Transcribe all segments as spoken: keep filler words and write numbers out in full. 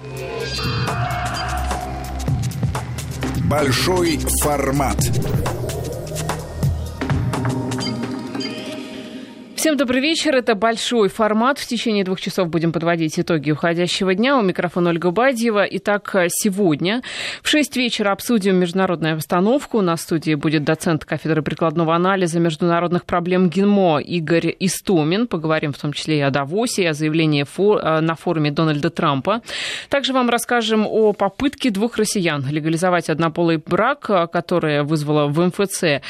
Большой формат. Всем добрый вечер. Это «Большой формат». В течение двух часов будем подводить итоги уходящего дня. У микрофона Ольга Бадьева. Итак, сегодня в шесть вечера обсудим международную обстановку. У нас в студии будет доцент кафедры прикладного анализа международных проблем ГИНМО Игорь Истомин. Поговорим в том числе и о Давосе, и о заявлении на форуме Дональда Трампа. Также вам расскажем о попытке двух россиян легализовать однополый брак, которая вызвала в эм эф цэ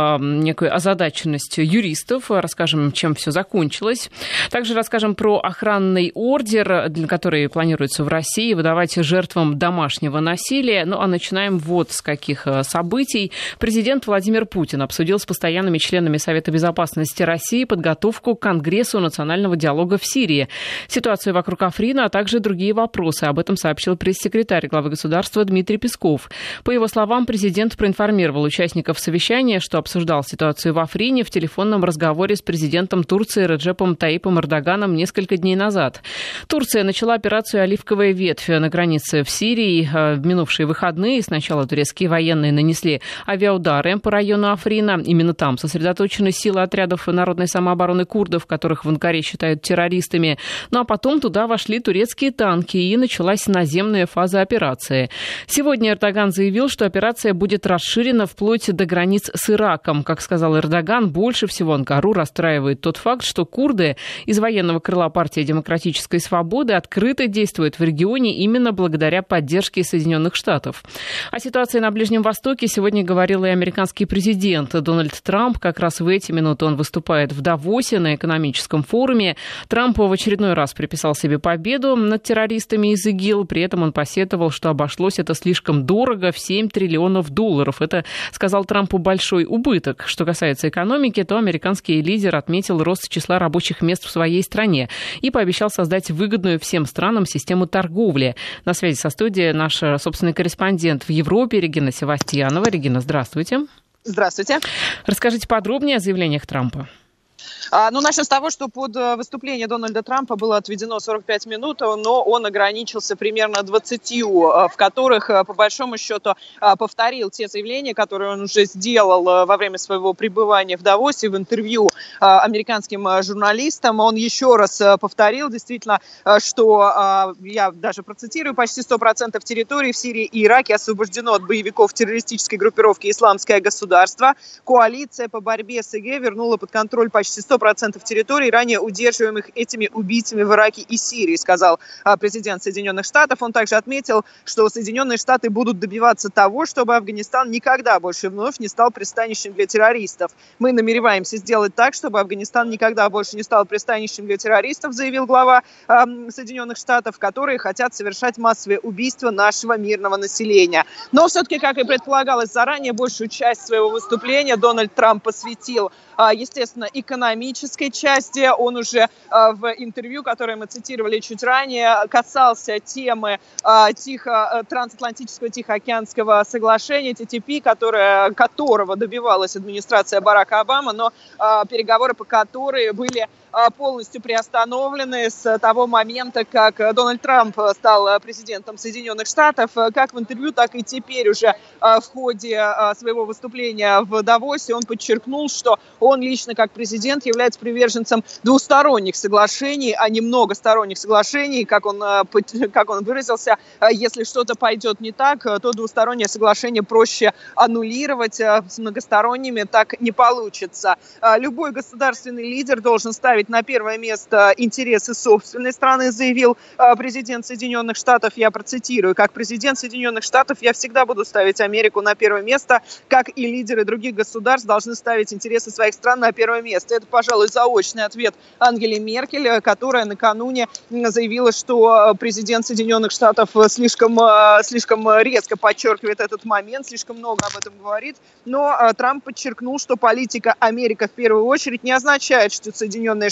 некую озадаченность юристов. Расскажем, чем чем все закончилось. Также расскажем про охранный ордер, который планируется в России выдавать жертвам домашнего насилия. Ну а начинаем вот с каких событий. Президент Владимир Путин обсудил с постоянными членами Совета безопасности России подготовку к Конгрессу национального диалога в Сирии, ситуацию вокруг Африна, а также другие вопросы. Об этом сообщил пресс-секретарь главы государства Дмитрий Песков. По его словам, президент проинформировал участников совещания, что обсуждал ситуацию в Африне в телефонном разговоре с президентом Турции Реджепом Таипом Эрдоганом несколько дней назад. Турция начала операцию «Оливковая ветвь» на границе в Сирии. В минувшие выходные сначала турецкие военные нанесли авиаудары по району Африна. Именно там сосредоточены силы отрядов народной самообороны курдов, которых в Анкаре считают террористами. Ну а потом туда вошли турецкие танки, и началась наземная фаза операции. Сегодня Эрдоган заявил, что операция будет расширена вплоть до границ с Ираком. Как сказал Эрдоган, больше всего Анкару расстраивает тот факт, что курды из военного крыла партии Демократической свободы открыто действуют в регионе именно благодаря поддержке Соединенных Штатов. О ситуации на Ближнем Востоке сегодня говорил и американский президент Дональд Трамп. Как раз в эти минуты он выступает в Давосе на экономическом форуме. Трамп в очередной раз приписал себе победу над террористами из ИГИЛ. При этом он посетовал, что обошлось это слишком дорого, в семь триллионов долларов. Это, сказал Трампу, большой убыток. Что касается экономики, то американский лидер отметил рост числа рабочих мест в своей стране и пообещал создать выгодную всем странам систему торговли. На связи со студией наш собственный корреспондент в Европе Регина Севастьянова. Регина, здравствуйте. Здравствуйте. Расскажите подробнее о заявлениях Трампа. Ну, начнем с того, что под выступление Дональда Трампа было отведено сорок пять минут, но он ограничился примерно двадцатью, в которых, по большому счету, повторил те заявления, которые он уже сделал во время своего пребывания в Давосе в интервью американским журналистам. Он еще раз повторил, действительно, что, я даже процитирую, почти сто процентов территории в Сирии и Ираке освобождено от боевиков террористической группировки «Исламское государство». Коалиция по борьбе с ИГ вернула под контроль почти сто процентов территорий, ранее удерживаемых этими убийцами в Ираке и Сирии, сказал президент Соединенных Штатов. Он также отметил, что Соединенные Штаты будут добиваться того, чтобы Афганистан никогда больше вновь не стал пристанищем для террористов. Мы намереваемся сделать так, чтобы Афганистан никогда больше не стал пристанищем для террористов, заявил глава э, Соединенных Штатов, которые хотят совершать массовые убийства нашего мирного населения. Но все-таки, как и предполагалось заранее, большую часть своего выступления Дональд Трамп посвятил, естественно, экономической части. Он уже в интервью, которое мы цитировали чуть ранее, касался темы тихо, трансатлантического Тихоокеанского соглашения ти ти пи, которое, которого добивалась администрация Барака Обамы, но переговоры по которой были полностью приостановлены с того момента, как Дональд Трамп стал президентом Соединенных Штатов. Как в интервью, так и теперь уже в ходе своего выступления в Давосе он подчеркнул, что он лично как президент является приверженцем двусторонних соглашений, а не многосторонних соглашений. Как он, как он выразился, если что-то пойдет не так, то двустороннее соглашение проще аннулировать. С многосторонними так не получится. Любой государственный лидер должен ставить на первое место интересы собственной страны, заявил президент Соединенных Штатов. Я процитирую. Как президент Соединенных Штатов я всегда буду ставить Америку на первое место, как и лидеры других государств должны ставить интересы своих стран на первое место. Это, пожалуй, заочный ответ Ангеле Меркель, которая накануне заявила, что президент Соединенных Штатов слишком, слишком резко подчеркивает этот момент, слишком много об этом говорит. Но Трамп подчеркнул, что политика Америка в первую очередь не означает, что Соединенные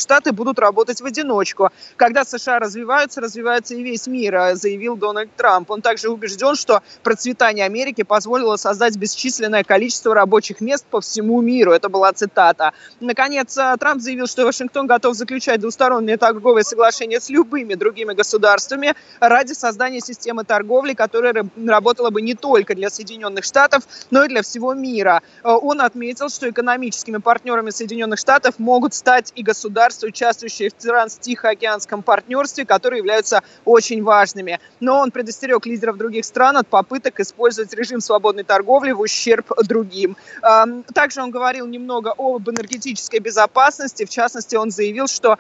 Штаты будут работать в одиночку. Когда США развиваются, развивается и весь мир, заявил Дональд Трамп. Он также убежден, что процветание Америки позволило создать бесчисленное количество рабочих мест по всему миру. Это была цитата. Наконец, Трамп заявил, что Вашингтон готов заключать двусторонние торговые соглашения с любыми другими государствами ради создания системы торговли, которая работала бы не только для Соединенных Штатов, но и для всего мира. Он отметил, что экономическими партнерами Соединенных Штатов могут стать и государства, участвующие в Транс-Тихоокеанском партнерстве, которые являются очень важными. Но он предостерег лидеров других стран от попыток использовать режим свободной торговли в ущерб другим. Также он говорил немного об энергетической безопасности. В частности, он заявил, что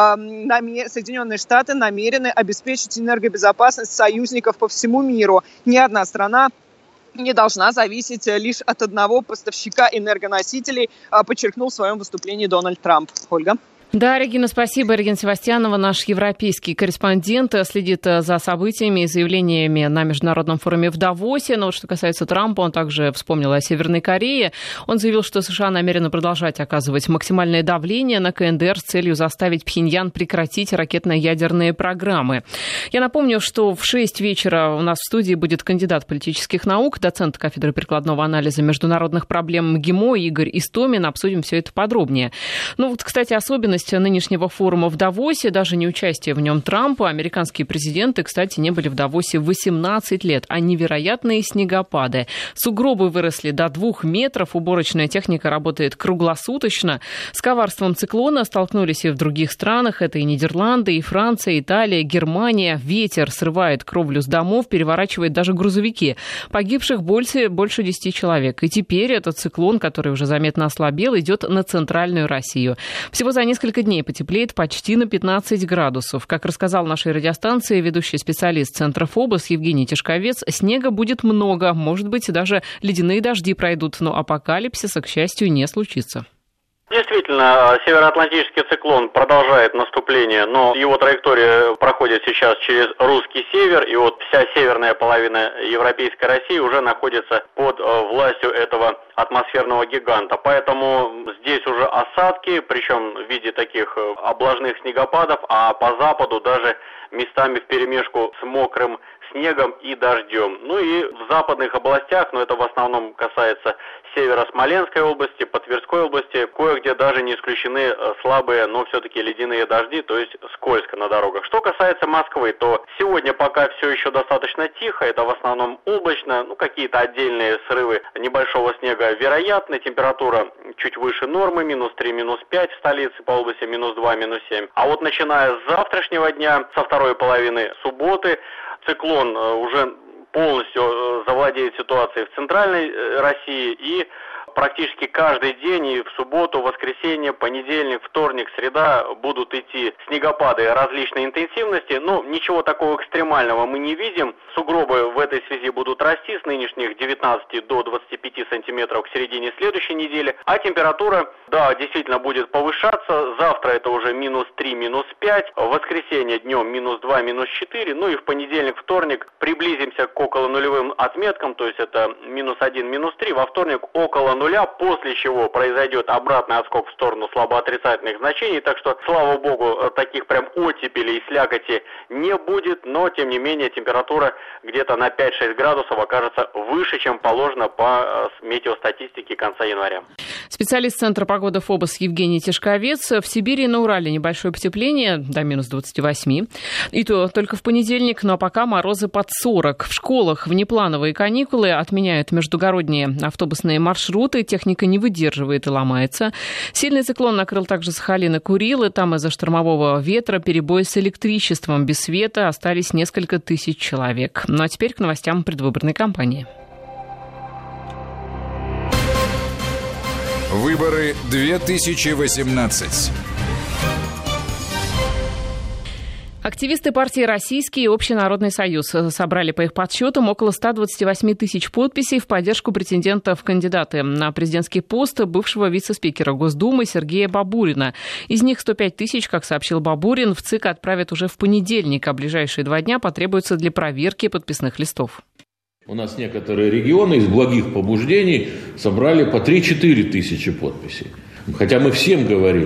Соединенные Штаты намерены обеспечить энергобезопасность союзников по всему миру. Ни одна страна не должна зависеть лишь от одного поставщика энергоносителей, подчеркнул в своем выступлении Дональд Трамп. Ольга. Да, Регина, спасибо. Регина Севастьянова, наш европейский корреспондент, следит за событиями и заявлениями на международном форуме в Давосе. Но вот что касается Трампа, он также вспомнил о Северной Корее. Он заявил, что США намерены продолжать оказывать максимальное давление на КНДР с целью заставить Пхеньян прекратить ракетно-ядерные программы. Я напомню, что в шесть вечера у нас в студии будет кандидат политических наук, доцент кафедры прикладного анализа международных проблем МГИМО Игорь Истомин. Обсудим все это подробнее. Ну вот, кстати, особенность нынешнего форума в Давосе, даже не участие в нем Трампа. Американские президенты, кстати, не были в Давосе восемнадцать лет, а невероятные снегопады. Сугробы выросли до двух метров, уборочная техника работает круглосуточно. С коварством циклона столкнулись и в других странах. Это и Нидерланды, и Франция, Италия, Германия. Ветер срывает кровлю с домов, переворачивает даже грузовики. Погибших больше, больше десяти человек. И теперь этот циклон, который уже заметно ослабел, идет на центральную Россию. Всего за несколько дней потеплеет почти на пятнадцать градусов. Как рассказал нашей радиостанции ведущий специалист Центра ФОБОС Евгений Тишковец, снега будет много, может быть, даже ледяные дожди пройдут, но апокалипсиса, к счастью, не случится. Действительно, североатлантический циклон продолжает наступление, но его траектория проходит сейчас через русский север, и вот вся северная половина европейской России уже находится под властью этого атмосферного гиганта. Поэтому здесь уже осадки, причем в виде таких облажных снегопадов, а по западу даже местами вперемешку с мокрым снегом и дождем. Ну и в западных областях, но это в основном касается севера Смоленской области, по Тверской области, кое-где даже не исключены слабые, но все-таки ледяные дожди, то есть скользко на дорогах. Что касается Москвы, то сегодня пока все еще достаточно тихо, это в основном облачно, ну какие-то отдельные срывы небольшого снега вероятны, температура чуть выше нормы, минус три, минус пять в столице, по области минус два, минус семь. А вот начиная с завтрашнего дня, со второй половины субботы, циклон уже полностью завладеет ситуацией в центральной России, и практически каждый день, и в субботу, воскресенье, понедельник, вторник, среда будут идти снегопады различной интенсивности, но ничего такого экстремального мы не видим. Сугробы в этой связи будут расти с нынешних девятнадцати до двадцати пяти сантиметров к середине следующей недели, а температура, да, действительно будет повышаться. Завтра это уже минус три, минус пять, в воскресенье днем минус два, минус четыре, ну и в понедельник, вторник приблизимся к около нулевым отметкам, то есть это минус один, минус три, во вторник около нуля, после чего произойдет обратный отскок в сторону слабоотрицательных значений, так что, слава богу, таких прям оттепелей и слякоти не будет, но, тем не менее, температура где-то на пять-шесть градусов окажется выше, чем положено по метеостатистике конца января. Специалист Центра погоды ФОБОС Евгений Тишковец. В Сибири и на Урале небольшое потепление, до минус двадцати восьми. И то только в понедельник, но пока морозы под сорок. В школах внеплановые каникулы, отменяют междугородние автобусные маршруты, техника не выдерживает и ломается. Сильный циклон накрыл также Сахалин и Курилы. Там из-за штормового ветра перебои с электричеством. Без света остались несколько тысяч человек. Ну а теперь к новостям предвыборной кампании. Выборы две тысячи восемнадцать. Активисты партии «Российский» и Общенародный союз собрали, по их подсчетам, около ста двадцати восьми тысяч подписей в поддержку претендента в кандидаты на президентский пост бывшего вице-спикера Госдумы Сергея Бабурина. Из них сто пять тысяч, как сообщил Бабурин, в ЦИК отправят уже в понедельник, а ближайшие два дня потребуются для проверки подписных листов. У нас некоторые регионы из благих побуждений собрали по три-четыре тысячи подписей. Хотя мы всем говорили,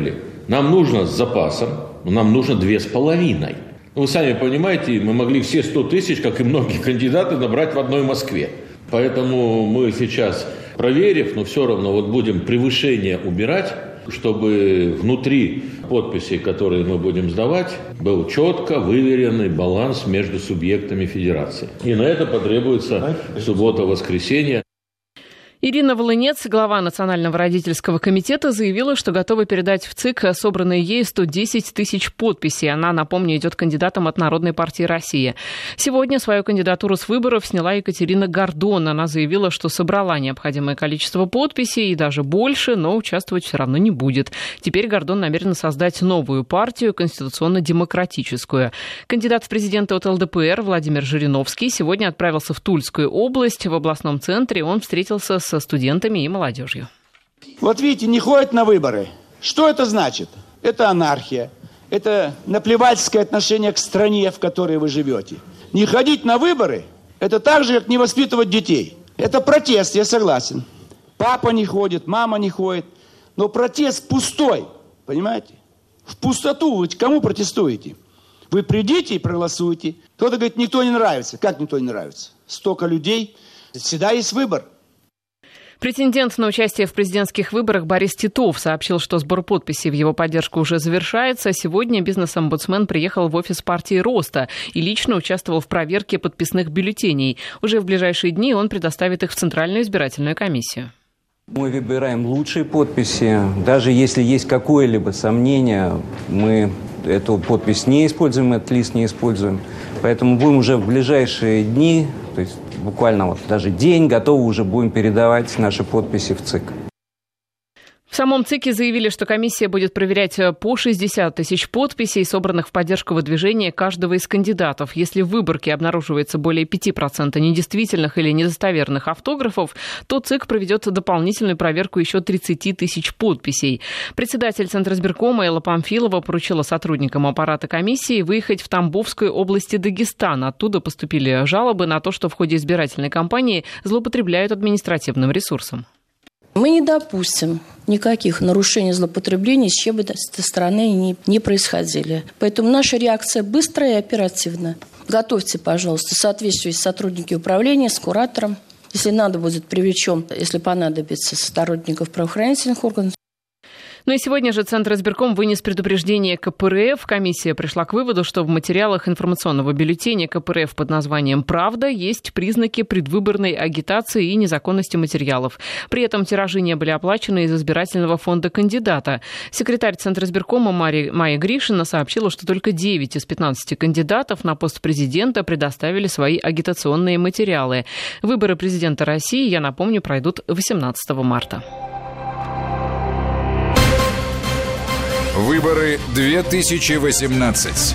Нам нужно с запасом, нам нужно две с половиной. Вы сами понимаете, мы могли все сто тысяч, как и многие кандидаты, набрать в одной Москве. Поэтому мы сейчас, проверив, но все равно вот будем превышение убирать, чтобы внутри подписей, которые мы будем сдавать, был четко выверенный баланс между субъектами федерации. И на это потребуется суббота-воскресенье. Ирина Волынец, глава Национального родительского комитета, заявила, что готова передать в ЦИК собранные ей сто десять тысяч подписей. Она, напомню, идет кандидатом от Народной партии России. Сегодня свою кандидатуру с выборов сняла Екатерина Гордон. Она заявила, что собрала необходимое количество подписей и даже больше, но участвовать все равно не будет. Теперь Гордон намерена создать новую партию, конституционно-демократическую. Кандидат в президенты от эл дэ пэ эр Владимир Жириновский сегодня отправился в Тульскую область. В областном центре он встретился с со студентами и молодежью. Вот видите, не ходят на выборы. Что это значит? Это анархия. Это наплевательское отношение к стране, в которой вы живете. Не ходить на выборы – это так же, как не воспитывать детей. Это протест, я согласен. Папа не ходит, мама не ходит. Но протест пустой, понимаете? В пустоту вы кому протестуете? Вы придите и проголосуете. Кто-то говорит, никто не нравится. Как никто не нравится? Столько людей. Всегда есть выбор. Претендент на участие в президентских выборах Борис Титов сообщил, что сбор подписей в его поддержку уже завершается. Сегодня бизнес-омбудсмен приехал в офис партии Роста и лично участвовал в проверке подписных бюллетеней. Уже в ближайшие дни он предоставит их в Центральную избирательную комиссию. Мы выбираем лучшие подписи. Даже если есть какое-либо сомнение, мы эту подпись не используем, этот лист не используем. Поэтому будем уже в ближайшие дни, то есть буквально вот даже день, готовы уже будем передавать наши подписи в ЦИК. В самом ЦИКе заявили, что комиссия будет проверять по шестьдесят тысяч подписей, собранных в поддержку выдвижения каждого из кандидатов. Если в выборке обнаруживается более пяти процентов недействительных или недостоверных автографов, то ЦИК проведет дополнительную проверку еще тридцати тысяч подписей. Председатель Центризбиркома Элла Памфилова поручила сотрудникам аппарата комиссии выехать в Тамбовскую область Дагестана. Оттуда поступили жалобы на то, что в ходе избирательной кампании злоупотребляют административным ресурсом. Мы не допустим никаких нарушений, злоупотреблений, с чем бы с этой стороны не, не происходили. Поэтому наша реакция быстрая и оперативная. Готовьте, пожалуйста, соответствующие сотрудники управления с куратором. Если надо будет, привлечем, если понадобится, сотрудников правоохранительных органов. Ну и сегодня же Центризбирком вынес предупреждение ка пэ эр эф. Комиссия пришла к выводу, что в материалах информационного бюллетеня ка пэ эр эф под названием «Правда» есть признаки предвыборной агитации и незаконности материалов. При этом тиражи не были оплачены из избирательного фонда кандидата. Секретарь Центризбиркома Майя Гришина сообщила, что только девять из пятнадцати кандидатов на пост президента предоставили свои агитационные материалы. Выборы президента России, я напомню, пройдут восемнадцатого марта. Выборы две тысячи восемнадцать.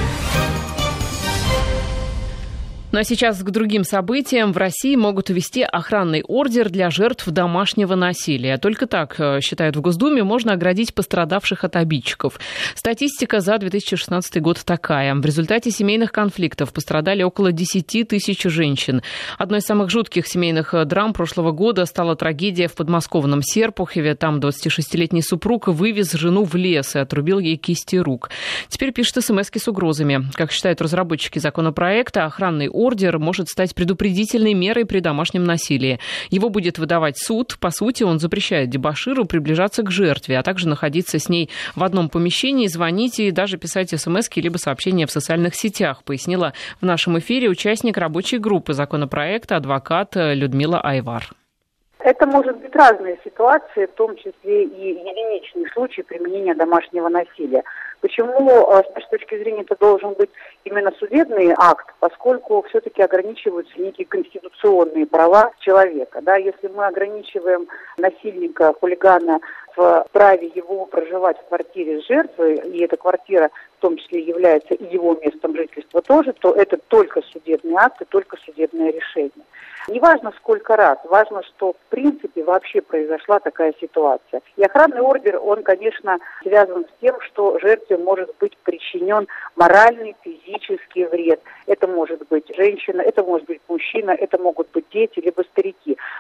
Ну а сейчас к другим событиям. В России могут ввести охранный ордер для жертв домашнего насилия. Только так, считают в Госдуме, можно оградить пострадавших от обидчиков. Статистика за две тысячи шестнадцатый год такая. В результате семейных конфликтов пострадали около десяти тысяч женщин. Одной из самых жутких семейных драм прошлого года стала трагедия в подмосковном Серпухове. Там двадцатишестилетний супруг вывез жену в лес и отрубил ей кисти рук. Теперь пишет смски с угрозами. Как считают разработчики законопроекта, охранный ордер Ордер может стать предупредительной мерой при домашнем насилии. Его будет выдавать суд. По сути, он запрещает дебоширу приближаться к жертве, а также находиться с ней в одном помещении, звонить и даже писать смски либо сообщения в социальных сетях, пояснила в нашем эфире участник рабочей группы законопроекта адвокат Людмила Айвар. Это может быть разные ситуации, в том числе и единичные случаи применения домашнего насилия. Почему, с нашей точки зрения, это должен быть именно судебный акт, поскольку все-таки ограничиваются некие конституционные права человека. Да? Если мы ограничиваем насильника, хулигана в праве его проживать в квартире с жертвой, и эта квартира в том числе является и его местом жительства тоже, то это только судебный акт и только судебное решение. Не важно сколько раз, важно, что в принципе вообще произошла такая ситуация. И охранный ордер, он, конечно, связан с тем, что жертве может быть причинен моральный, физический вред. Это может быть женщина, это может быть мужчина, это могут быть дети, либо старики.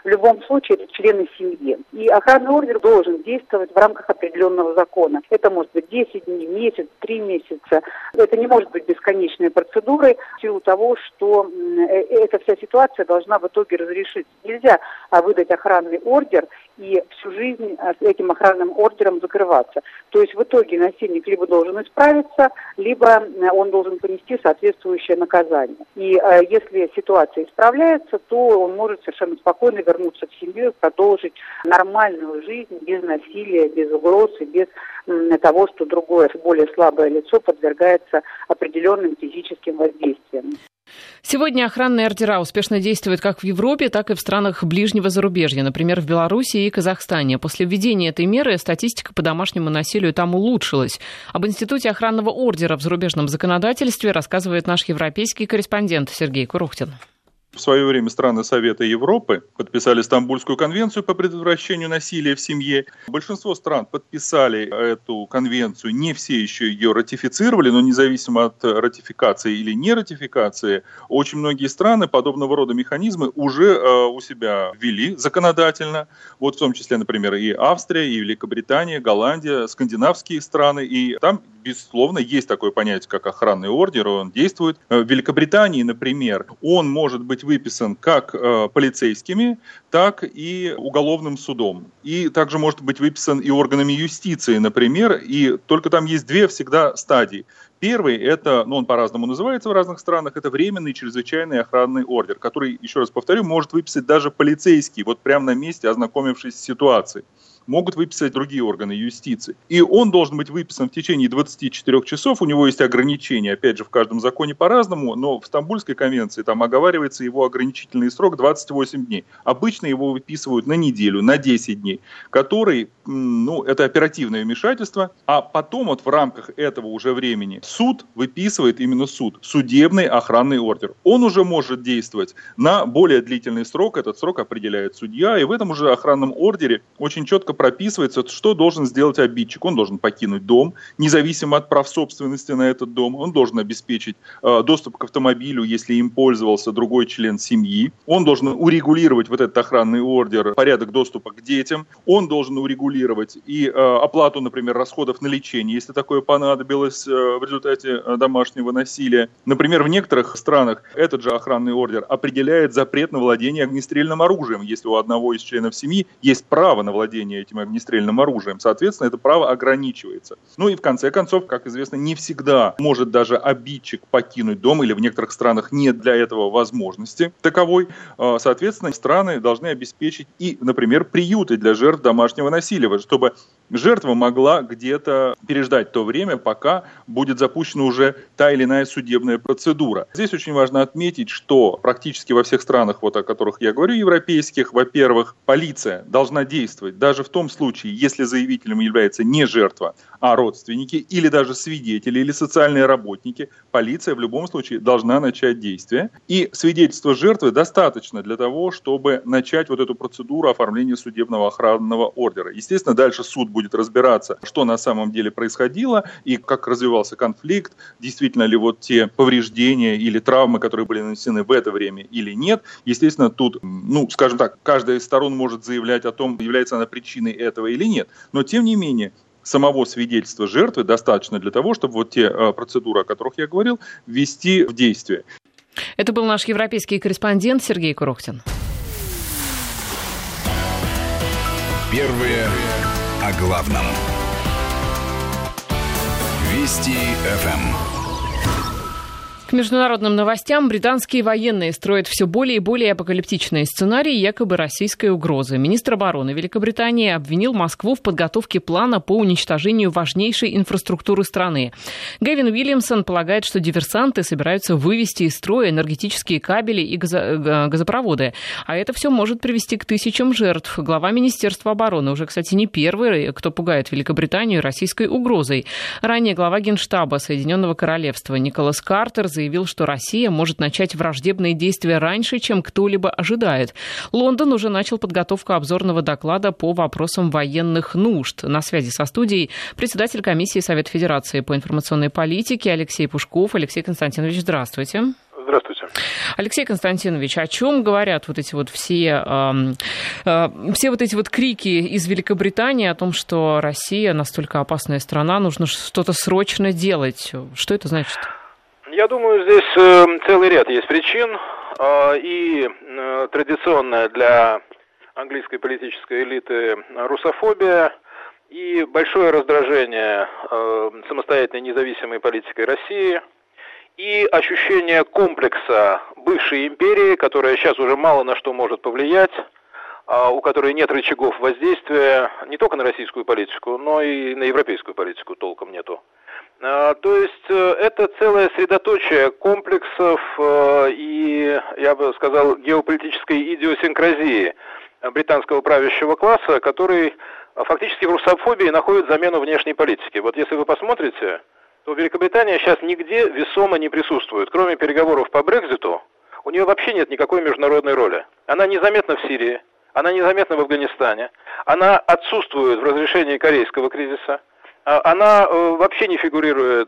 в любом случае это члены семьи. И охранный ордер должен действовать в рамках определенного закона. Это может быть десять дней, месяц, три месяца. Это не может быть бесконечной процедурой в силу того, что эта вся ситуация должна в итоге разрешиться. Нельзя выдать охранный ордер и всю жизнь с этим охранным ордером закрываться. То есть в итоге насильник либо должен исправиться, либо он должен понести соответствующее наказание. И э, если ситуация исправляется, то он может совершенно спокойно вернуться в семью и продолжить нормальную жизнь без насилия, без угроз и без м, того, что другое, более слабое лицо подвергается определенным физическим воздействиям. Сегодня охранные ордера успешно действуют как в Европе, так и в странах ближнего зарубежья, например, в Беларуси и Казахстане. После введения этой меры статистика по домашнему насилию там улучшилась. Об институте охранного ордера в зарубежном законодательстве рассказывает наш европейский корреспондент Сергей Курухтин. В свое время страны Совета Европы подписали Стамбульскую конвенцию по предотвращению насилия в семье. Большинство стран подписали эту конвенцию, не все еще ее ратифицировали, но независимо от ратификации или не ратификации, очень многие страны подобного рода механизмы уже э, у себя ввели законодательно. Вот в том числе, например, и Австрия, и Великобритания, Голландия, скандинавские страны. И там, безусловно, есть такое понятие, как охранный ордер, он действует. В Великобритании, например, он может быть выписан как э, полицейскими, так и уголовным судом. И также может быть выписан и органами юстиции, например, и только там есть две всегда стадии. Первый, это, ну он по-разному называется в разных странах, это временный чрезвычайный охранный ордер, который, еще раз повторю, может выписать даже полицейский, вот прямо на месте, ознакомившись с ситуацией. Могут выписать другие органы юстиции. И он должен быть выписан в течение двадцати четырёх часов. У него есть ограничения, опять же, в каждом законе по-разному, но в Стамбульской конвенции там оговаривается его ограничительный срок двадцать восемь дней. Обычно его выписывают на неделю, на десять дней, который, ну, это оперативное вмешательство, а потом вот в рамках этого уже времени суд выписывает, именно суд, судебный охранный ордер. Он уже может действовать на более длительный срок, этот срок определяет судья, и в этом уже охранном ордере очень четко прописывается, что должен сделать обидчик. Он должен покинуть дом, независимо от прав собственности на этот дом. Он должен обеспечить э, доступ к автомобилю, если им пользовался другой член семьи. Он должен урегулировать вот этот охранный ордер, порядок доступа к детям. Он должен урегулировать и э, оплату, например, расходов на лечение, если такое понадобилось э, в результате э, домашнего насилия. Например, в некоторых странах этот же охранный ордер определяет запрет на владение огнестрельным оружием, если у одного из членов семьи есть право на владение этим огнестрельным оружием. Соответственно, это право ограничивается. Ну и в конце концов, как известно, не всегда может даже обидчик покинуть дом, или в некоторых странах нет для этого возможности таковой. Соответственно, страны должны обеспечить и, например, приюты для жертв домашнего насилия, чтобы жертва могла где-то переждать то время, пока будет запущена уже та или иная судебная процедура. Здесь очень важно отметить, что практически во всех странах, вот о которых я говорю, европейских, во-первых, полиция должна действовать даже в том случае, если заявителем является не жертва, а родственники или даже свидетели или социальные работники, полиция в любом случае должна начать действие. И свидетельство жертвы достаточно для того, чтобы начать вот эту процедуру оформления судебного охранного ордера. Естественно, дальше суд будет разбираться, что на самом деле происходило и как развивался конфликт, действительно ли вот те повреждения или травмы, которые были нанесены в это время или нет. Естественно, тут, ну, скажем так, каждая из сторон может заявлять о том, является она причиной этого или нет. Но, тем не менее, самого свидетельства жертвы достаточно для того, чтобы вот те э, процедуры, о которых я говорил, ввести в действие. Это был наш европейский корреспондент Сергей Курухтин. Первые о главном. Вести эф эм. К международным новостям. Британские военные строят все более и более апокалиптичные сценарии якобы российской угрозы. Министр обороны Великобритании обвинил Москву в подготовке плана по уничтожению важнейшей инфраструктуры страны. Гэвин Уильямсон полагает, что диверсанты собираются вывести из строя энергетические кабели и газо- газопроводы. А это все может привести к тысячам жертв. Глава Министерства обороны уже, кстати, не первый, кто пугает Великобританию российской угрозой. Ранее глава Генштаба Соединенного Королевства Николас Картер заявил, что Россия может начать враждебные действия раньше, чем кто-либо ожидает. Лондон уже начал подготовку обзорного доклада по вопросам военных нужд. На связи со студией председатель комиссии Совета Федерации по информационной политике Алексей Пушков. Алексей Константинович, здравствуйте. Здравствуйте. Алексей Константинович, о чем говорят вот эти вот все, э, э, все вот эти вот крики из Великобритании о том, что Россия настолько опасная страна, нужно что-то срочно делать? Что это значит? Я думаю, здесь э, целый ряд есть причин. Э, и э, традиционная для английской политической элиты русофобия, и большое раздражение э, самостоятельной независимой политикой России, и ощущение комплекса бывшей империи, которая сейчас уже мало на что может повлиять, э, у которой нет рычагов воздействия не только на российскую политику, но и на европейскую политику толком нету. Э, то есть э, это целое средоточие комплексов э, и, я бы сказал, геополитической идиосинкразии британского правящего класса, который фактически в русофобии находит замену внешней политики. Вот если вы посмотрите, то Великобритания сейчас нигде весомо не присутствует. Кроме переговоров по Брекситу, у нее вообще нет никакой международной роли. Она незаметна в Сирии, она незаметна в Афганистане, она отсутствует в разрешении корейского кризиса, она вообще не фигурирует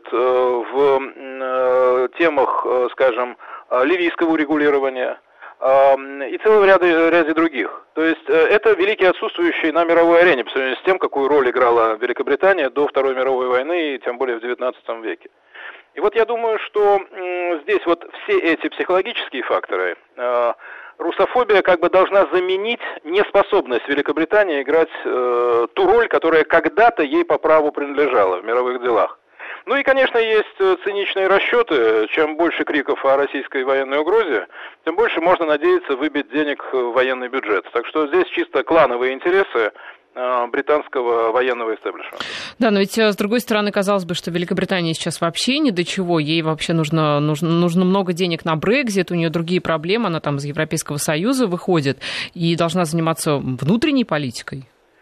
в темах, скажем, ливийского урегулирования и целого ряда, ряда других. То есть это великие отсутствующие на мировой арене по сравнению с тем, какую роль играла Великобритания до Второй мировой войны, и тем более в девятнадцатом веке. И вот я думаю, что здесь вот все эти психологические факторы, русофобия как бы должна заменить неспособность Великобритании играть ту роль, которая когда-то ей по праву принадлежала в мировых делах. Ну и, конечно, есть циничные расчеты. Чем больше криков о российской военной угрозе, тем больше можно надеяться выбить денег в военный бюджет. Так что здесь чисто клановые интересы британского военного истеблишмента. Да, но ведь, с другой стороны, казалось бы, что Великобритания сейчас вообще ни до чего. Ей вообще нужно, нужно, нужно много денег на Брексит, у нее другие проблемы, она там из Европейского Союза выходит и должна заниматься внутренней политикой.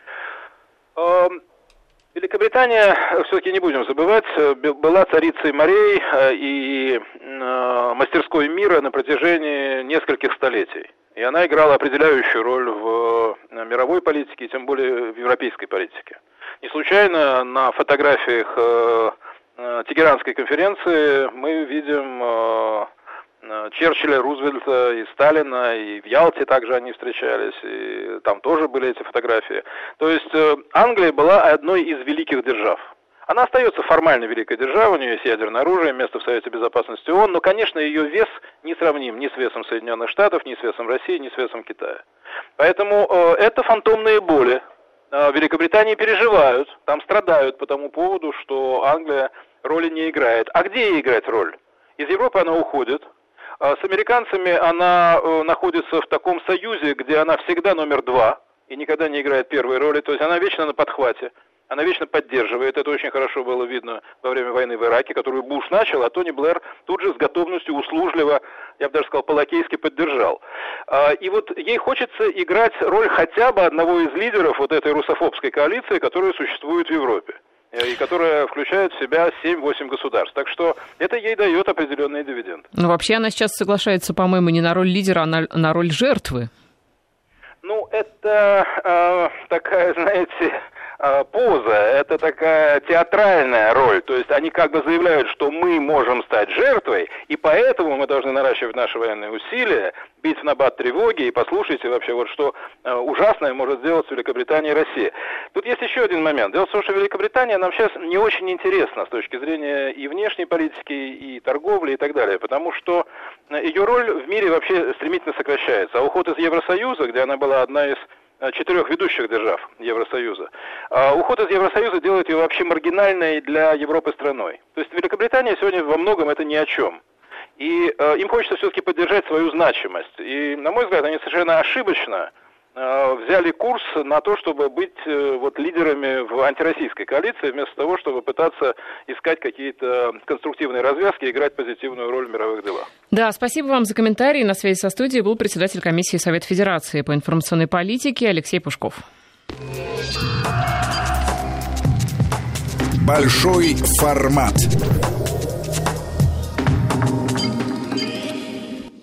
Великобритания, все-таки не будем забывать, была царицей морей и мастерской мира на протяжении нескольких столетий. И она играла определяющую роль в мировой политике, тем более в европейской политике. Не случайно на фотографиях Тегеранской конференции мы видим Черчилля, Рузвельта и Сталина, и в Ялте также они встречались, и там тоже были эти фотографии. То есть Англия была одной из великих держав. Она остается формально великой державой, у нее есть ядерное оружие, место в Совете Безопасности ООН, но, конечно, ее вес не сравним ни с весом Соединенных Штатов, ни с весом России, ни с весом Китая. Поэтому э, это фантомные боли. Э, в Великобритании переживают, там страдают по тому поводу, что Англия роли не играет. А где ей играть роль? Из Европы она уходит. С американцами она находится в таком союзе, где она всегда номер два и никогда не играет первой роли. То есть она вечно на подхвате, она вечно поддерживает. Это очень хорошо было видно во время войны в Ираке, которую Буш начал, а Тони Блэр тут же с готовностью услужливо, я бы даже сказал, по-лакейски поддержал. И вот ей хочется играть роль хотя бы одного из лидеров вот этой русофобской коалиции, которая существует в Европе, и которая включает в себя семь-восемь государств. Так что это ей дает определенные дивиденды. Ну, вообще она сейчас соглашается, по-моему, не на роль лидера, а на, на роль жертвы. Ну, это э, такая, знаете, э, поза, это такая театральная роль. То есть они как бы заявляют, что мы можем стать жертвой, и поэтому мы должны наращивать наши военные усилия, бить в набат тревоги, и послушайте вообще, вот что э, ужасное может сделать Великобритания и Россия. Тут есть еще один момент. Дело в том, что Великобритания нам сейчас не очень интересна с точки зрения и внешней политики, и торговли, и так далее, потому что ее роль в мире вообще стремительно сокращается. А уход из Евросоюза, где она была одна из четырех ведущих держав Евросоюза, а уход из Евросоюза делает ее вообще маргинальной для Европы страной. То есть Великобритания сегодня во многом это ни о чем. И э, им хочется все-таки поддержать свою значимость. И, на мой взгляд, они совершенно ошибочно э, взяли курс на то, чтобы быть э, вот, лидерами в антироссийской коалиции, вместо того, чтобы пытаться искать какие-то конструктивные развязки и играть позитивную роль в мировых делах. Да, спасибо вам за комментарий. На связи со студией был председатель комиссии Совета Федерации по информационной политике Алексей Пушков. Большой формат.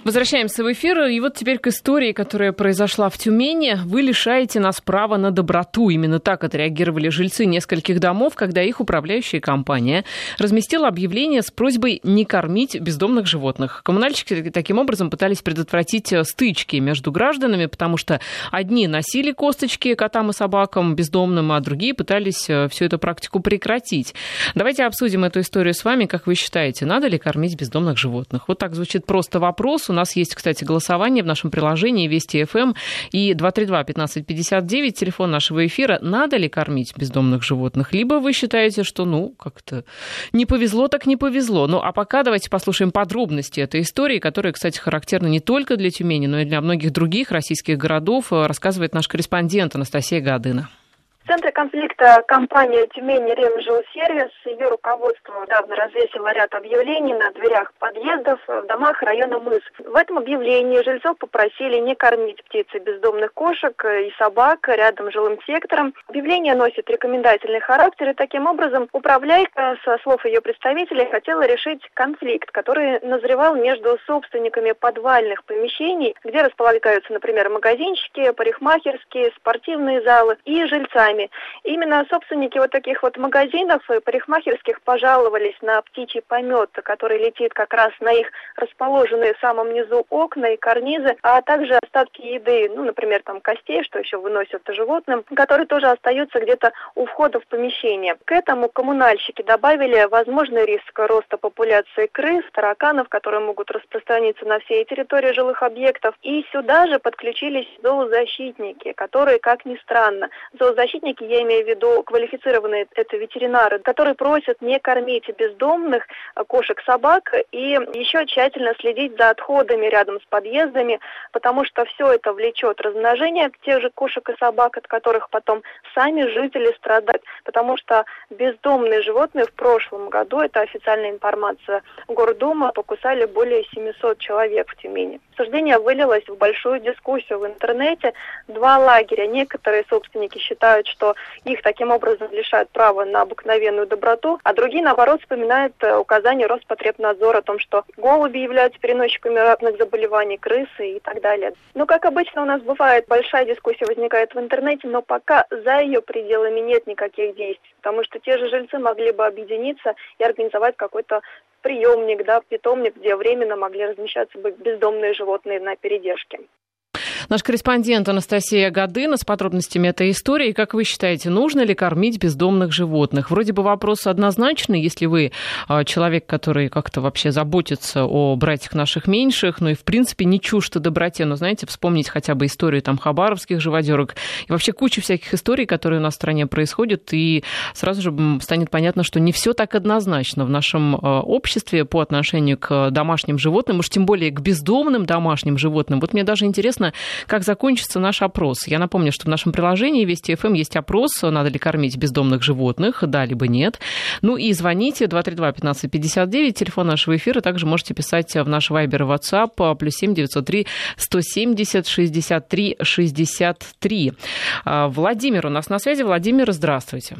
Возвращаемся в эфир. И вот теперь к истории, которая произошла в Тюмени. Вы лишаете нас права на доброту. Именно так отреагировали жильцы нескольких домов, когда их управляющая компания разместила объявление с просьбой не кормить бездомных животных. Коммунальщики таким образом пытались предотвратить стычки между гражданами, потому что одни носили косточки котам и собакам бездомным, а другие пытались всю эту практику прекратить. Давайте обсудим эту историю с вами. Как вы считаете, надо ли кормить бездомных животных? Вот так звучит просто вопрос. У нас есть, кстати, голосование в нашем приложении Вести эф эм и два три два пятнадцать пятьдесят девять, телефон нашего эфира. Надо ли кормить бездомных животных? Либо вы считаете, что, ну, как-то не повезло, так не повезло. Ну, а пока давайте послушаем подробности этой истории, которая, кстати, характерна не только для Тюмени, но и для многих других российских городов, рассказывает наш корреспондент Анастасия Гадына. В центре конфликта компания «Тюмень Ремжилсервис». Ее руководство недавно развесило ряд объявлений на дверях подъездов в домах района Мыс. В этом объявлении жильцов попросили не кормить птиц и бездомных кошек и собак рядом с жилым сектором. Объявление носит рекомендательный характер, и таким образом управляйка, со слов ее представителей, хотела решить конфликт, который назревал между собственниками подвальных помещений, где располагаются, например, магазинчики, парикмахерские, спортивные залы, и жильцами. Именно собственники вот таких вот магазинов и парикмахерских пожаловались на птичий помет, который летит как раз на их расположенные в самом низу окна и карнизы, а также остатки еды, ну, например, там костей, что еще выносят животным, которые тоже остаются где-то у входа в помещение. К этому коммунальщики добавили возможный риск роста популяции крыс, тараканов, которые могут распространиться на всей территории жилых объектов. И сюда же подключились зоозащитники, которые, как ни странно, зоозащитники, я имею в виду квалифицированные это ветеринары, которые просят не кормить бездомных кошек, собак и еще тщательно следить за отходами рядом с подъездами, потому что все это влечет размножение тех же кошек и собак, от которых потом сами жители страдают, потому что бездомные животные в прошлом году, это официальная информация Гордума, покусали более семьсот человек в Тюмени. Обсуждение вылилось в большую дискуссию в интернете. Два лагеря. Некоторые собственники считают, что их таким образом лишают права на обыкновенную доброту, а другие, наоборот, вспоминают указания Роспотребнадзора о том, что голуби являются переносчиками разных заболеваний, крысы и так далее. Ну, как обычно у нас бывает, большая дискуссия возникает в интернете, но пока за ее пределами нет никаких действий, потому что те же жильцы могли бы объединиться и организовать какой-то приемник, да, питомник, где временно могли размещаться бы бездомные животные на передержке. Наш корреспондент Анастасия Гадына с подробностями этой истории. Как вы считаете, нужно ли кормить бездомных животных? Вроде бы вопрос однозначный, если вы человек, который как-то вообще заботится о братьях наших меньших, но и в принципе не чужд доброте. Но, знаете, вспомнить хотя бы историю там хабаровских живодерок и вообще кучу всяких историй, которые у нас в стране происходят, и сразу же станет понятно, что не все так однозначно в нашем обществе по отношению к домашним животным, уж тем более к бездомным домашним животным. Вот мне даже интересно, как закончится наш опрос. Я напомню, что в нашем приложении Вести эф эм есть опрос, надо ли кормить бездомных животных, да либо нет. Ну и звоните два три два пятнадцать пятьдесят девять, телефон нашего эфира. Также можете писать в наш Вайбер и WhatsApp плюс семь девятьсот три сто семьдесят шестьдесят три шестьдесят три. Владимир у нас на связи. Владимир, здравствуйте.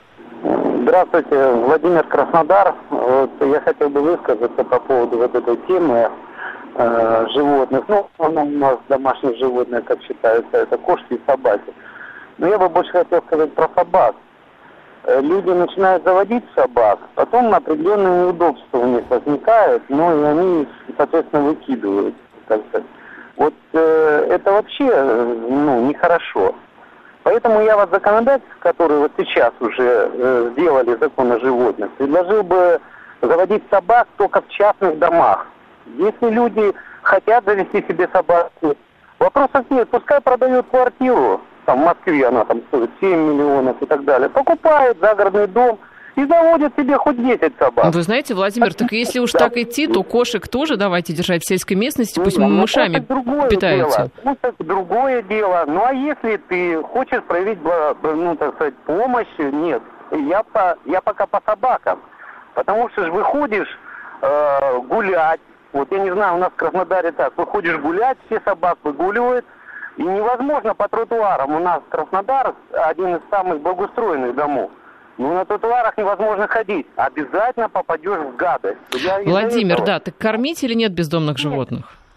Здравствуйте, Владимир, Краснодар. Вот я хотел бы высказаться по поводу вот этой темы э, животных. Ну, у нас домашних животных, как считается, это кошки и собаки. Но я бы больше хотел сказать про собак. Люди начинают заводить собак, потом определенные неудобства у них возникают, но и они их, соответственно, выкидывают. Так сказать. Вот э, это вообще ну, нехорошо. Поэтому я вас, законодатель, который вот сейчас уже э, сделали закон о животных, предложил бы заводить собак только в частных домах. Если люди хотят завести себе собаку, вопросов нет, пускай продают квартиру, там в Москве она там стоит семь миллионов и так далее, покупают загородный дом и заводят себе хоть десять собак. Вы знаете, Владимир, так если уж так идти, то кошек тоже давайте держать в сельской местности, пусть ну, мышами питаются. Дело. Ну, другое дело. Ну, а если ты хочешь проявить, ну, так сказать, помощь, нет. Я, по, я пока по собакам. Потому что ж выходишь э, гулять, вот я не знаю, у нас в Краснодаре так, выходишь гулять, все собак выгуливают, и невозможно по тротуарам. У нас Краснодар один из самых благоустроенных домов. Ну, на тротуарах невозможно ходить. Обязательно попадешь в гадость. Я Владимир, да, так кормить или нет бездомных нет. животных?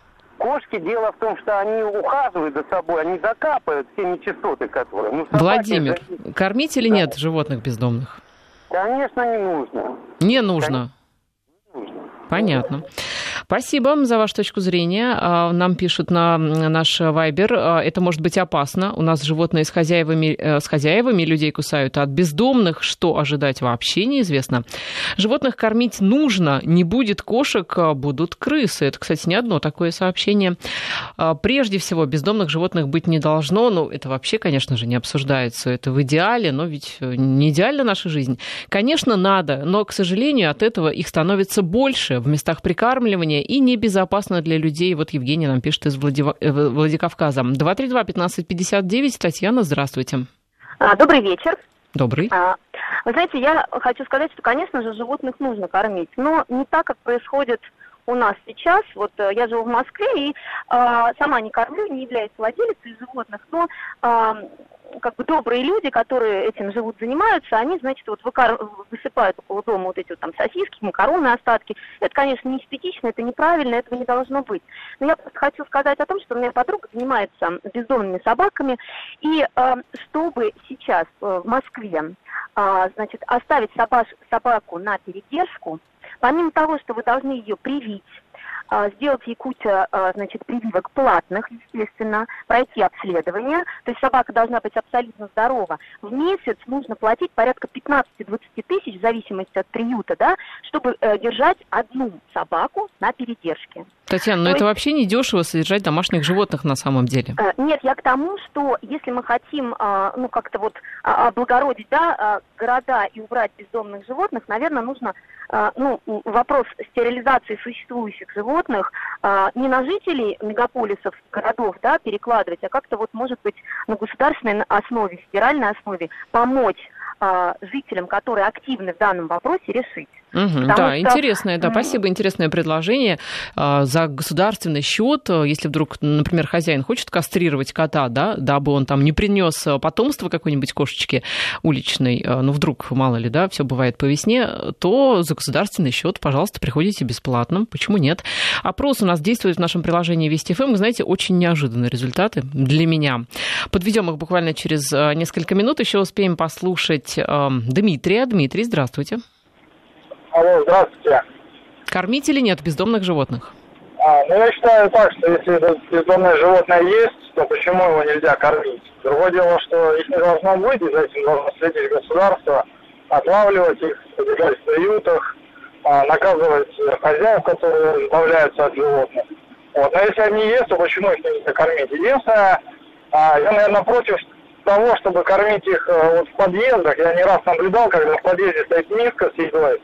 Кошки, дело в том, что они ухаживают за собой, они закапывают все нечистоты, которые... Ну, собаки, Владимир, это... кормить или нет животных бездомных? Конечно, не нужно. Не нужно? Конечно. Понятно. Спасибо за вашу точку зрения. Нам пишут на наш Вайбер, это может быть опасно. У нас животные с хозяевами, с хозяевами людей кусают, а от бездомных что ожидать вообще неизвестно. Животных кормить нужно, не будет кошек, будут крысы. Это, кстати, не одно такое сообщение. Прежде всего, бездомных животных быть не должно. Ну, это вообще, конечно же, не обсуждается. Это в идеале, но ведь не идеальна наша жизнь. Конечно, надо, но, к сожалению, от этого их становится больше в местах прикармливания и небезопасно для людей. Вот Евгений нам пишет из Владив... Владикавказа. два три два пятнадцать пятьдесят девять. Татьяна, здравствуйте. Добрый вечер. Добрый. Вы знаете, я хочу сказать, что, конечно же, животных нужно кормить, но не так, как происходит у нас сейчас. Вот я живу в Москве и э, сама не кормлю, не являюсь владелицей животных, но э, как бы добрые люди, которые этим живут, занимаются, они, значит, вот выкар... высыпают около дома вот эти вот там сосиски, макароны, остатки. Это, конечно, не эстетично, это неправильно, этого не должно быть. Но я просто хочу сказать о том, что у меня подруга занимается бездомными собаками, и э, чтобы сейчас э, в Москве, э, значит, оставить собак... собаку на передержку, помимо того, что вы должны ее привить, сделать ей кучу, значит, прививок платных, естественно, пройти обследование, то есть собака должна быть абсолютно здорова. В месяц нужно платить порядка пятнадцать-двадцать тысяч, в зависимости от приюта, да, чтобы э, держать одну собаку на передержке. Татьяна, но это есть... вообще не дешево содержать домашних животных на самом деле. Э, нет, я к тому, что если мы хотим, э, ну, как-то вот э, облагородить, да, э, города и убрать бездомных животных, наверное, нужно, э, ну, вопрос стерилизации существующих животных э, не на жителей мегаполисов, городов, да, перекладывать, а как-то вот, может быть, на государственной основе, федеральной основе помочь э, жителям, которые активны в данном вопросе, решить. Угу, да, что... интересное, да, спасибо, интересное предложение. За государственный счет, если вдруг, например, хозяин хочет кастрировать кота, да, дабы он там не принес потомство какой-нибудь кошечки уличной, ну, вдруг, мало ли, да, все бывает по весне, то за государственный счет, пожалуйста, приходите бесплатно, почему нет? Опрос у нас действует в нашем приложении Вести эф эм, вы знаете, очень неожиданные результаты для меня. Подведем их буквально через несколько минут, еще успеем послушать Дмитрия. Дмитрий, здравствуйте. Алло, здравствуйте. Кормить или нет бездомных животных? А, ну, я считаю так, что если бездомное животное есть, то почему его нельзя кормить? Другое дело, что их не должно быть, и за этим должно следить государство, отлавливать их, содержать в приютах, а, наказывать хозяев, которые избавляются от животных. Вот. Но если они есть, то почему их нельзя кормить? Единственное, а, я, наверное, против того, чтобы кормить их а, вот в подъездах. Я не раз наблюдал, когда в подъезде стоит миска с едой.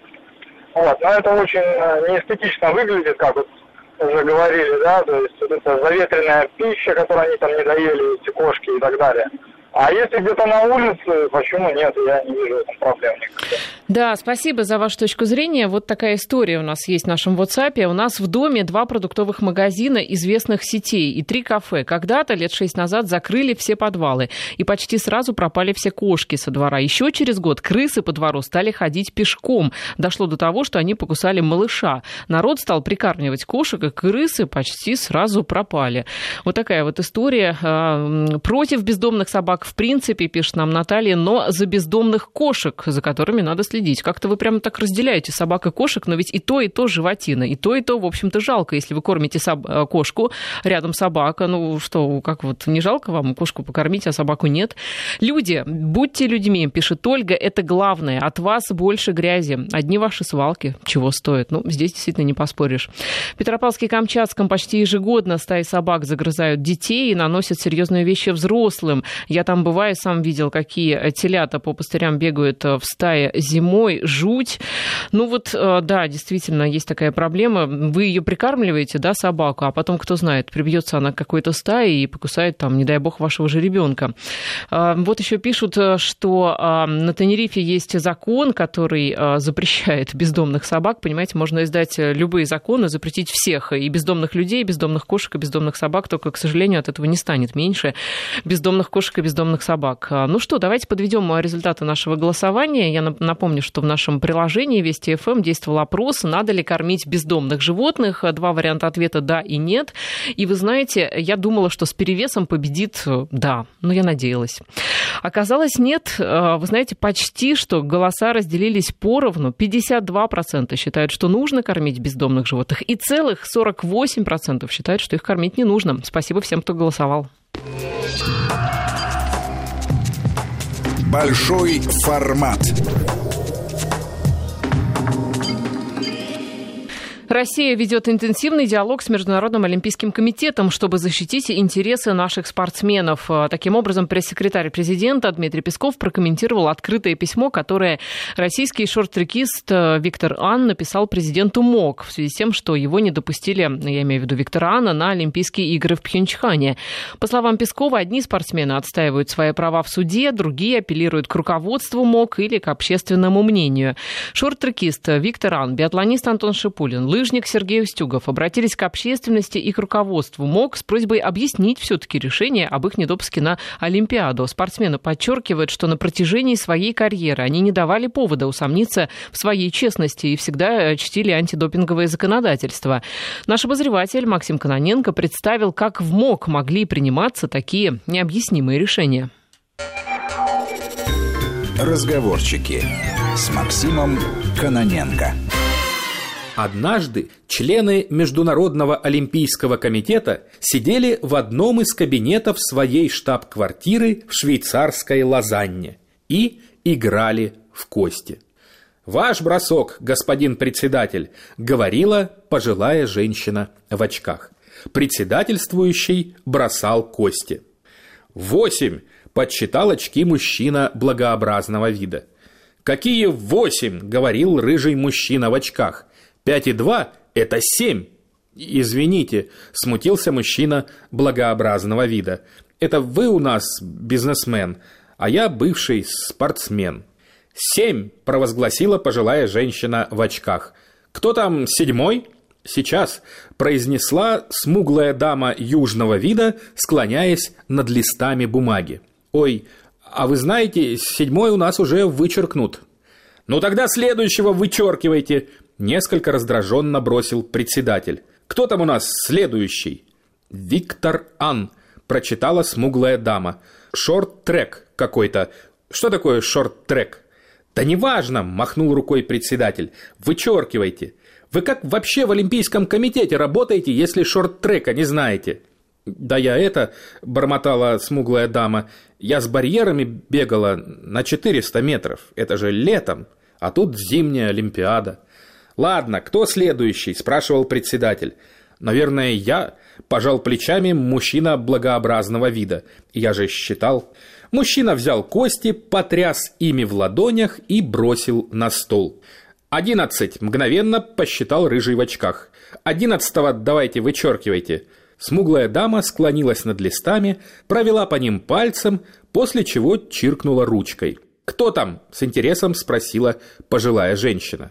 Вот, но это очень неэстетично выглядит, как вот уже говорили, да, то есть вот это заветренная пища, которую они там не доели, эти кошки и так далее. А если где-то на улице, почему нет? Я не вижу в этом проблем никакой. Да, спасибо за вашу точку зрения. Вот такая история у нас есть в нашем WhatsApp. У нас в доме два продуктовых магазина известных сетей и три кафе. Когда-то, лет шесть назад, закрыли все подвалы. И почти сразу пропали все кошки со двора. Еще через год крысы по двору стали ходить пешком. Дошло до того, что они покусали малыша. Народ стал прикармливать кошек, и крысы почти сразу пропали. Вот такая вот история. Против бездомных собак в принципе, пишет нам Наталья, но за бездомных кошек, за которыми надо следить. Как-то вы прямо так разделяете собак и кошек, но ведь и то, и то животина, и то, и то, в общем-то, жалко. Если вы кормите соб- кошку, рядом собака, ну что, как вот, не жалко вам кошку покормить, а собаку нет? Люди, будьте людьми, пишет Ольга, это главное. От вас больше грязи. Одни ваши свалки чего стоят? Ну, здесь действительно не поспоришь. В Петропавловске-Камчатском почти ежегодно стаи собак загрызают детей и наносят серьезные вещи взрослым. Я там бываю, сам видел, какие телята по пустырям бегают в стае зимой. Жуть. Ну вот, да, действительно, есть такая проблема. Вы ее прикармливаете, да, собаку, а потом, кто знает, прибьется она к какой-то стае и покусает там, не дай бог, вашего же ребенка. Вот еще пишут, что на Тенерифе есть закон, который запрещает бездомных собак. Понимаете, можно издать любые законы, запретить всех, и бездомных людей, и бездомных кошек, и бездомных собак, только, к сожалению, от этого не станет меньше бездомных кошек и бездомных собак. Ну что, давайте подведем результаты нашего голосования. Я напомню, напомню, что в нашем приложении Вести эф эм действовал опрос, надо ли кормить бездомных животных. Два варианта ответа «да» и «нет». И вы знаете, я думала, что с перевесом победит «да», но я надеялась. Оказалось, нет. Вы знаете, почти что голоса разделились поровну. пятьдесят два процента считают, что нужно кормить бездомных животных, и целых сорок восемь процентов считают, что их кормить не нужно. Спасибо всем, кто голосовал. Большой формат. Россия ведет интенсивный диалог с Международным олимпийским комитетом, чтобы защитить интересы наших спортсменов. Таким образом, пресс-секретарь президента Дмитрий Песков прокомментировал открытое письмо, которое российский шорт-трекист Виктор Ан написал президенту МОК в связи с тем, что его не допустили, я имею в виду Виктора Ана, на Олимпийские игры в Пхенчхане. По словам Пескова, одни спортсмены отстаивают свои права в суде, другие апеллируют к руководству МОК или к общественному мнению. Шорт-трекист Виктор Ан, биатлонист Антон Шипулин, лыжник Сергей Устюгов обратились к общественности и к руководству МОК с просьбой объяснить все-таки решение об их недопуске на Олимпиаду. Спортсмены подчеркивают, что на протяжении своей карьеры они не давали повода усомниться в своей честности и всегда чтили антидопинговое законодательство. Наш обозреватель Максим Кононенко представил, как в МОК могли приниматься такие необъяснимые решения. Разговорчики с Максимом Кононенко. Однажды члены Международного олимпийского комитета сидели в одном из кабинетов своей штаб-квартиры в швейцарской Лозанне и играли в кости. «Ваш бросок, господин председатель», — говорила пожилая женщина в очках. Председательствующий бросал кости. «Восемь», — подсчитал очки мужчина благообразного вида. «Какие восемь?» — говорил рыжий мужчина в очках. «Пять и два — это семь». «Извините», — смутился мужчина благообразного вида. «Это вы у нас бизнесмен, а я бывший спортсмен». «Семь», — провозгласила пожилая женщина в очках. «Кто там седьмой?» «Сейчас», — произнесла смуглая дама южного вида, склоняясь над листами бумаги. «Ой, а вы знаете, седьмой у нас уже вычеркнут». «Ну тогда следующего вычеркивайте», — несколько раздраженно бросил председатель. «Кто там у нас следующий?» «Виктор Ан», — прочитала смуглая дама. «Шорт-трек какой-то. Что такое шорт-трек?» «Да неважно», — махнул рукой председатель. «Вычеркивайте. Вы как вообще в Олимпийском комитете работаете, если шорт-трека не знаете?» «Да я это», — бормотала смуглая дама, — «я с барьерами бегала на четыреста метров. Это же летом, а тут зимняя Олимпиада». «Ладно, кто следующий?» – спрашивал председатель. «Наверное, я», – пожал плечами мужчина благообразного вида. «Я же считал». Мужчина взял кости, потряс ими в ладонях и бросил на стол. «Одиннадцать», – мгновенно посчитал рыжий в очках. «Одиннадцатого давайте вычеркивайте». Смуглая дама склонилась над листами, провела по ним пальцем, после чего чиркнула ручкой. «Кто там?» – с интересом спросила пожилая женщина.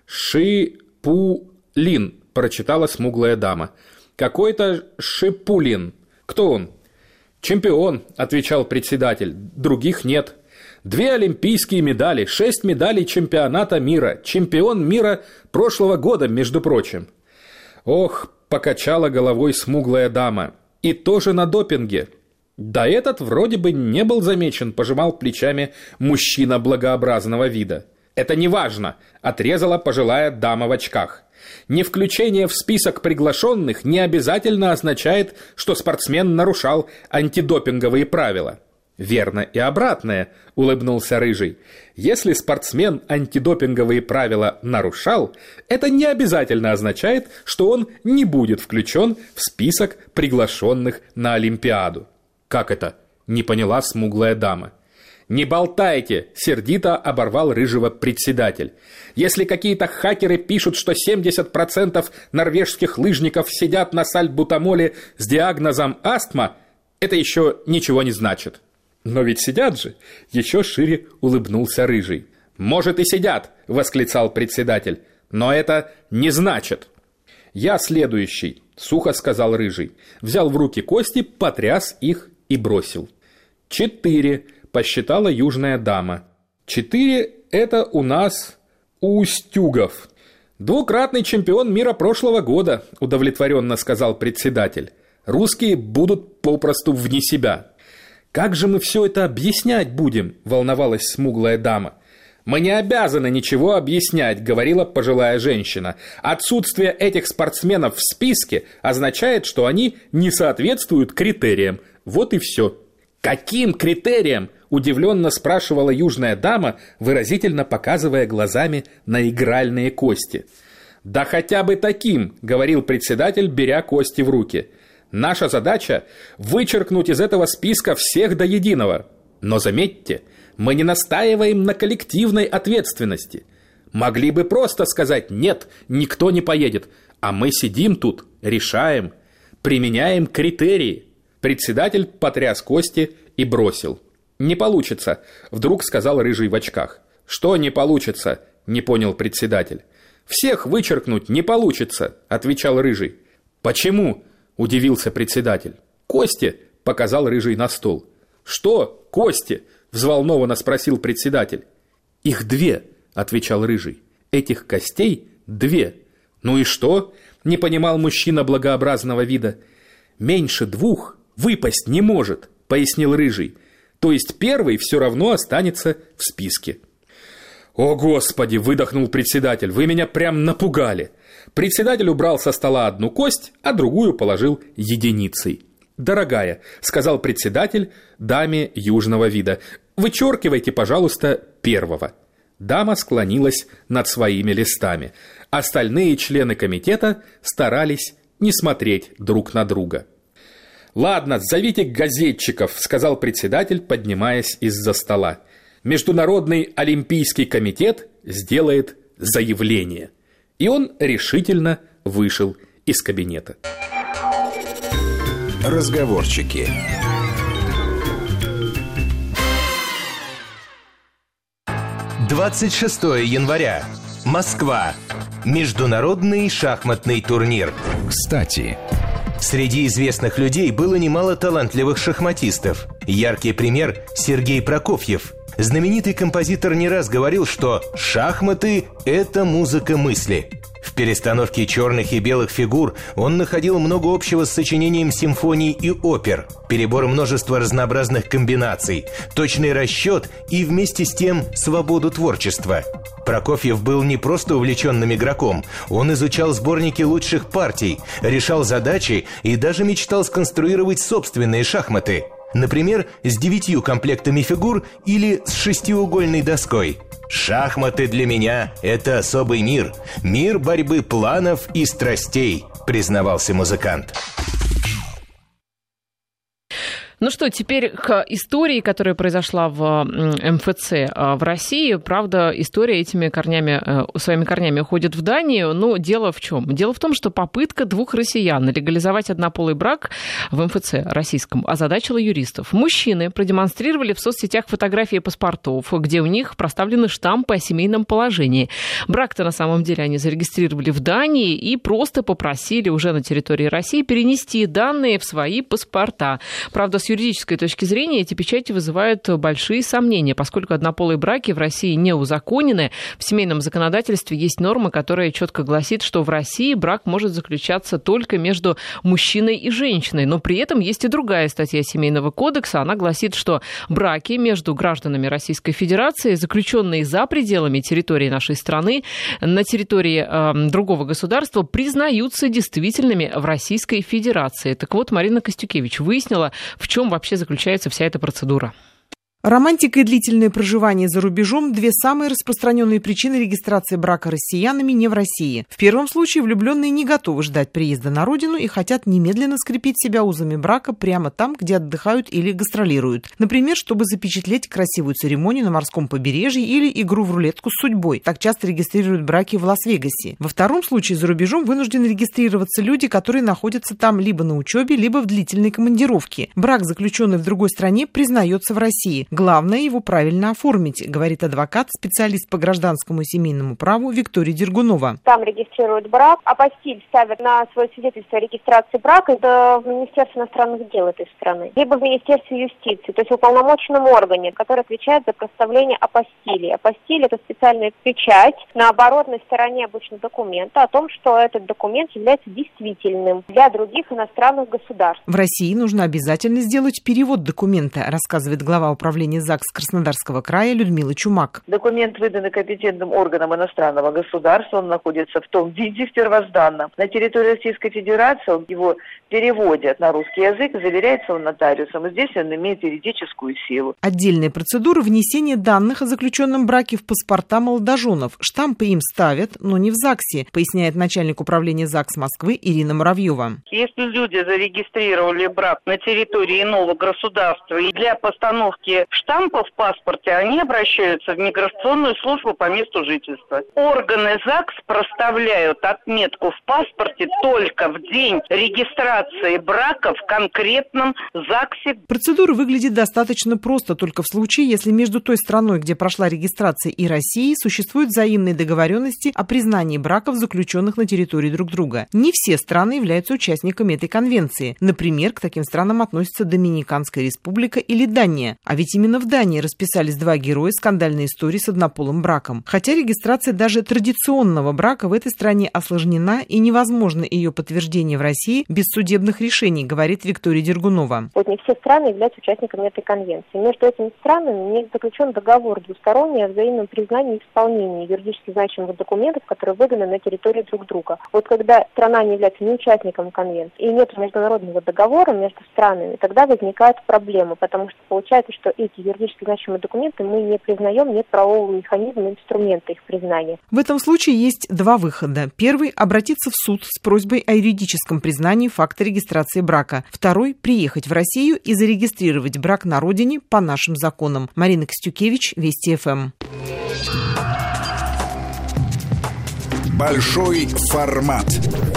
«Шипулин», – прочитала смуглая дама. «Какой-то Шипулин. Кто он?» «Чемпион», – отвечал председатель. «Других нет». «Две олимпийские медали, шесть медалей чемпионата мира. Чемпион мира прошлого года, между прочим». «Ох», – покачала головой смуглая дама. «И тоже на допинге». «Да этот вроде бы не был замечен», – пожимал плечами мужчина благообразного вида. «Это не важно», – отрезала пожилая дама в очках. «Не включение в список приглашенных не обязательно означает, что спортсмен нарушал антидопинговые правила». «Верно и обратное», – улыбнулся рыжий. «Если спортсмен антидопинговые правила нарушал, это не обязательно означает, что он не будет включен в список приглашенных на Олимпиаду». «Как это?» – не поняла смуглая дама. «Не болтайте!» – сердито оборвал рыжего председатель. «Если какие-то хакеры пишут, что семьдесят процентов норвежских лыжников сидят на сальбутамоле с диагнозом астма, это еще ничего не значит». «Но ведь сидят же!» – еще шире улыбнулся рыжий. «Может, и сидят!» – восклицал председатель. «Но это не значит!» «Я следующий!» – сухо сказал рыжий. Взял в руки кости, потряс их и бросил. «Четыре!» – посчитала южная дама. «Четыре это у нас Устюгов. Двукратный чемпион мира прошлого года, удовлетворенно сказал председатель. Русские будут попросту вне себя. Как же мы все это объяснять будем, волновалась смуглая дама. Мы не обязаны ничего объяснять, говорила пожилая женщина. Отсутствие этих спортсменов в списке означает, что они не соответствуют критериям. Вот и все. Каким критериям? Удивленно спрашивала южная дама, выразительно показывая глазами на игральные кости. Да хотя бы таким, говорил председатель, беря кости в руки. Наша задача – вычеркнуть из этого списка всех до единого. Но заметьте, мы не настаиваем на коллективной ответственности. Могли бы просто сказать «нет, никто не поедет», а мы сидим тут, решаем, применяем критерии. Председатель потряс кости и бросил. «Не получится», – вдруг сказал рыжий в очках. «Что не получится?» – не понял председатель. «Всех вычеркнуть не получится», – отвечал рыжий. «Почему?» – удивился председатель. «Кости», – показал рыжий на стол. «Что кости?» – взволнованно спросил председатель. «Их две», – отвечал рыжий. «Этих костей две». «Ну и что?» – не понимал мужчина благообразного вида. «Меньше двух выпасть не может», – пояснил рыжий. «То есть первый все равно останется в списке». «О, Господи!» – выдохнул председатель. «Вы меня прям напугали». Председатель убрал со стола одну кость, а другую положил единицей. «Дорогая», – сказал председатель даме южного вида, – «вычеркивайте, пожалуйста, первого». Дама склонилась над своими листами. Остальные члены комитета старались не смотреть друг на друга. «Ладно, зовите газетчиков», – сказал председатель, поднимаясь из-за стола. «Международный олимпийский комитет сделает заявление». И он решительно вышел из кабинета. Разговорчики. двадцать шестое января. Москва. Международный шахматный турнир. Кстати, среди известных людей было немало талантливых шахматистов. Яркий пример – Сергей Прокофьев. Знаменитый композитор не раз говорил, что шахматы – это музыка мысли. В перестановке черных и белых фигур он находил много общего с сочинением симфоний и опер, перебор множества разнообразных комбинаций, точный расчет и вместе с тем свободу творчества. Прокофьев был не просто увлеченным игроком, он изучал сборники лучших партий, решал задачи и даже мечтал сконструировать собственные шахматы. Например, с девятью комплектами фигур или с шестиугольной доской. «Шахматы для меня – это особый мир, мир борьбы планов и страстей», признавался музыкант. Ну что, теперь к истории, которая произошла в эм эф цэ в России. Правда, история этими корнями, своими корнями уходит в Данию, но дело в чем? Дело в том, что попытка двух россиян легализовать однополый брак в эм эф цэ российском озадачила юристов. Мужчины продемонстрировали в соцсетях фотографии паспортов, где у них проставлены штампы о семейном положении. Брак-то на самом деле они зарегистрировали в Дании и просто попросили уже на территории России перенести данные в свои паспорта. Правда, с юридической точки зрения эти печати вызывают большие сомнения, поскольку однополые браки в России не узаконены. В семейном законодательстве есть норма, которая четко гласит, что в России брак может заключаться только между мужчиной и женщиной. Но при этом есть и другая статья Семейного кодекса. Она гласит, что браки между гражданами Российской Федерации, заключенные за пределами территории нашей страны, на территории э, другого государства, признаются действительными в Российской Федерации. Так вот, Марина Костюкевич выяснила, в чем вообще заключается вся эта процедура. Романтика и длительное проживание за рубежом – две самые распространенные причины регистрации брака россиянами не в России. В первом случае влюбленные не готовы ждать приезда на родину и хотят немедленно скрепить себя узами брака прямо там, где отдыхают или гастролируют. Например, чтобы запечатлеть красивую церемонию на морском побережье или игру в рулетку с судьбой. Так часто регистрируют браки в Лас-Вегасе. Во втором случае за рубежом вынуждены регистрироваться люди, которые находятся там либо на учебе, либо в длительной командировке. Брак, заключенный в другой стране, признается в России. Главное его правильно оформить, говорит адвокат, специалист по гражданскому и семейному праву Виктория Дергунова. Там регистрируют брак, апостиль ставят на свое свидетельство о регистрации брака это в Министерстве иностранных дел этой страны, либо в Министерстве юстиции, то есть в уполномоченном органе, который отвечает за проставление апостили. Апостиль – это специальная печать на оборотной стороне обычно документа о том, что этот документ является действительным для других иностранных государств. В России нужно обязательно сделать перевод документа, рассказывает глава управления ЗАГС Краснодарского края Людмила Чумак. Документ, выданный компетентным органом иностранного государства, он находится в том виде, в первозданном. На территории Российской Федерации его переводят на русский язык, заверяется он нотариусом, и здесь он имеет юридическую силу. Отдельная процедура внесения данных о заключенном браке в паспорта молодоженов. Штампы им ставят, но не в ЗАГСе, поясняет начальник управления ЗАГС Москвы Ирина Муравьева. Если люди зарегистрировали брак на территории иного государства и для постановки штампа в паспорте они обращаются в миграционную службу по месту жительства. Органы ЗАГС проставляют отметку в паспорте только в день регистрации брака в конкретном ЗАГСе. Процедура выглядит достаточно просто, только в случае, если между той страной, где прошла регистрация, и Россией существуют взаимные договоренности о признании браков, заключенных на территории друг друга. Не все страны являются участниками этой конвенции. Например, к таким странам относятся Доминиканская республика или Дания. А ведь именно в Дании расписались два героя скандальной истории с однополым браком. Хотя регистрация даже традиционного брака в этой стране осложнена и невозможно ее подтверждение в России без судебных решений, говорит Виктория Дергунова. Вот не все страны являются участниками этой конвенции. Между этими странами не заключен договор двусторонний о взаимном признании и исполнении юридически значимых документов, которые выданы на территории друг друга. Вот когда страна не является ни участником конвенции и нет международного договора между странами, тогда возникают проблемы, потому что получается, что эти юридически значимые документы мы не признаем, нет правового механизма, инструмента их признания. В этом случае есть два выхода. Первый – обратиться в суд с просьбой о юридическом признании факта регистрации брака. Второй – приехать в Россию и зарегистрировать брак на родине по нашим законам. Марина Костюкевич, Вести ФМ. Большой формат.